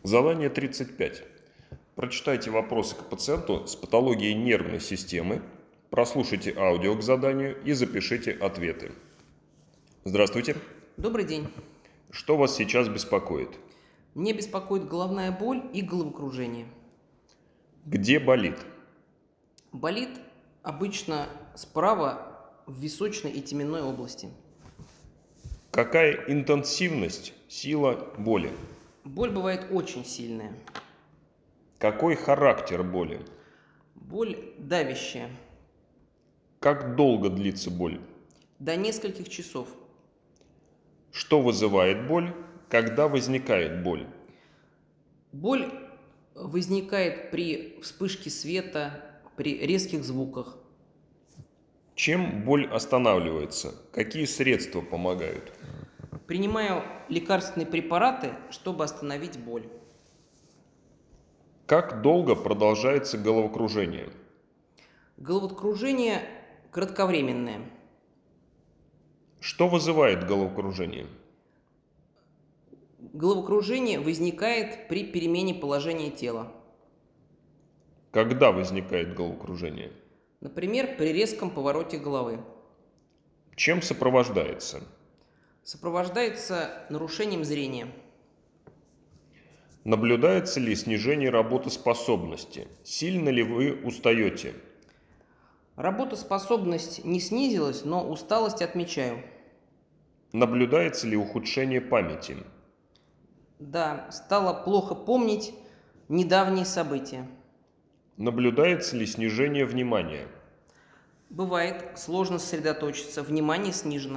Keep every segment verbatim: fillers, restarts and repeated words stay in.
Задание тридцать пять. Прочитайте вопросы к пациенту с патологией нервной системы, прослушайте аудио к заданию и запишите ответы. Здравствуйте. Добрый день. Что вас сейчас беспокоит? Мне беспокоит головная боль и головокружение. Где болит? Болит обычно справа в височной и теменной области. Какая интенсивность, сила боли? Боль бывает очень сильная. Какой характер боли? Боль давящая. Как долго длится боль? До нескольких часов. Что вызывает боль? Когда возникает боль? Боль возникает при вспышке света, при резких звуках. Чем боль останавливается? Какие средства помогают? Принимаю лекарственные препараты, чтобы остановить боль. Как долго продолжается головокружение? Головокружение кратковременное. Что вызывает головокружение? Головокружение возникает при перемене положения тела. Когда возникает головокружение? Например, при резком повороте головы. Чем сопровождается? Сопровождается нарушением зрения. Наблюдается ли снижение работоспособности? Сильно ли вы устаете? Работоспособность не снизилась, но усталость отмечаю. Наблюдается ли ухудшение памяти? Да, стало плохо помнить недавние события. Наблюдается ли снижение внимания? Бывает сложно сосредоточиться, внимание снижено.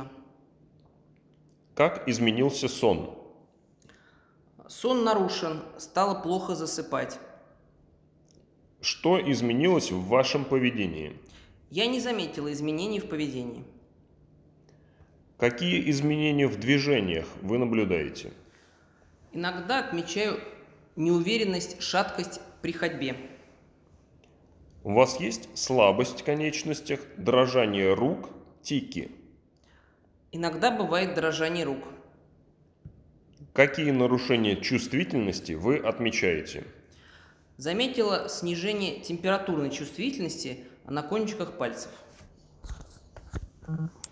Как изменился сон? Сон нарушен, стало плохо засыпать. Что изменилось в вашем поведении? Я не заметила изменений в поведении. Какие изменения в движениях вы наблюдаете? Иногда отмечаю неуверенность, шаткость при ходьбе. У вас есть слабость в конечностях, дрожание рук, тики? Иногда бывает дрожание рук. Какие нарушения чувствительности вы отмечаете? Заметила снижение температурной чувствительности на кончиках пальцев.